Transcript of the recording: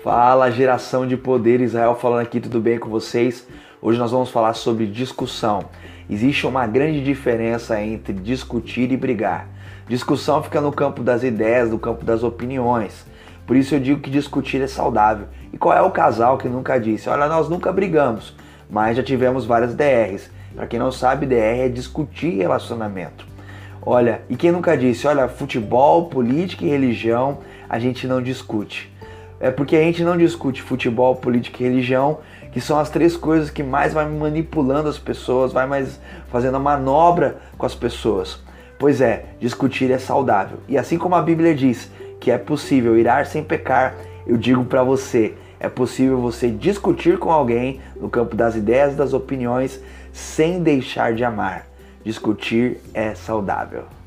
Fala, geração de poder, Israel falando aqui, tudo bem com vocês? Hoje nós vamos falar sobre discussão. Existe uma grande diferença entre discutir e brigar. Discussão fica no campo das ideias, no campo das opiniões. Por isso eu digo que discutir é saudável. E qual é o casal que nunca disse? Olha, nós nunca brigamos, mas já tivemos várias DRs. Para quem não sabe, DR é discutir relacionamento. Olha, e quem nunca disse? Olha, futebol, política e religião a gente não discute. É porque a gente não discute futebol, política e religião, que são as três coisas que mais vai manipulando as pessoas, vai mais fazendo a manobra com as pessoas. Pois é, discutir é saudável. E assim como a Bíblia diz que é possível irar sem pecar, eu digo para você, é possível você discutir com alguém no campo das ideias, das opiniões, sem deixar de amar. Discutir é saudável.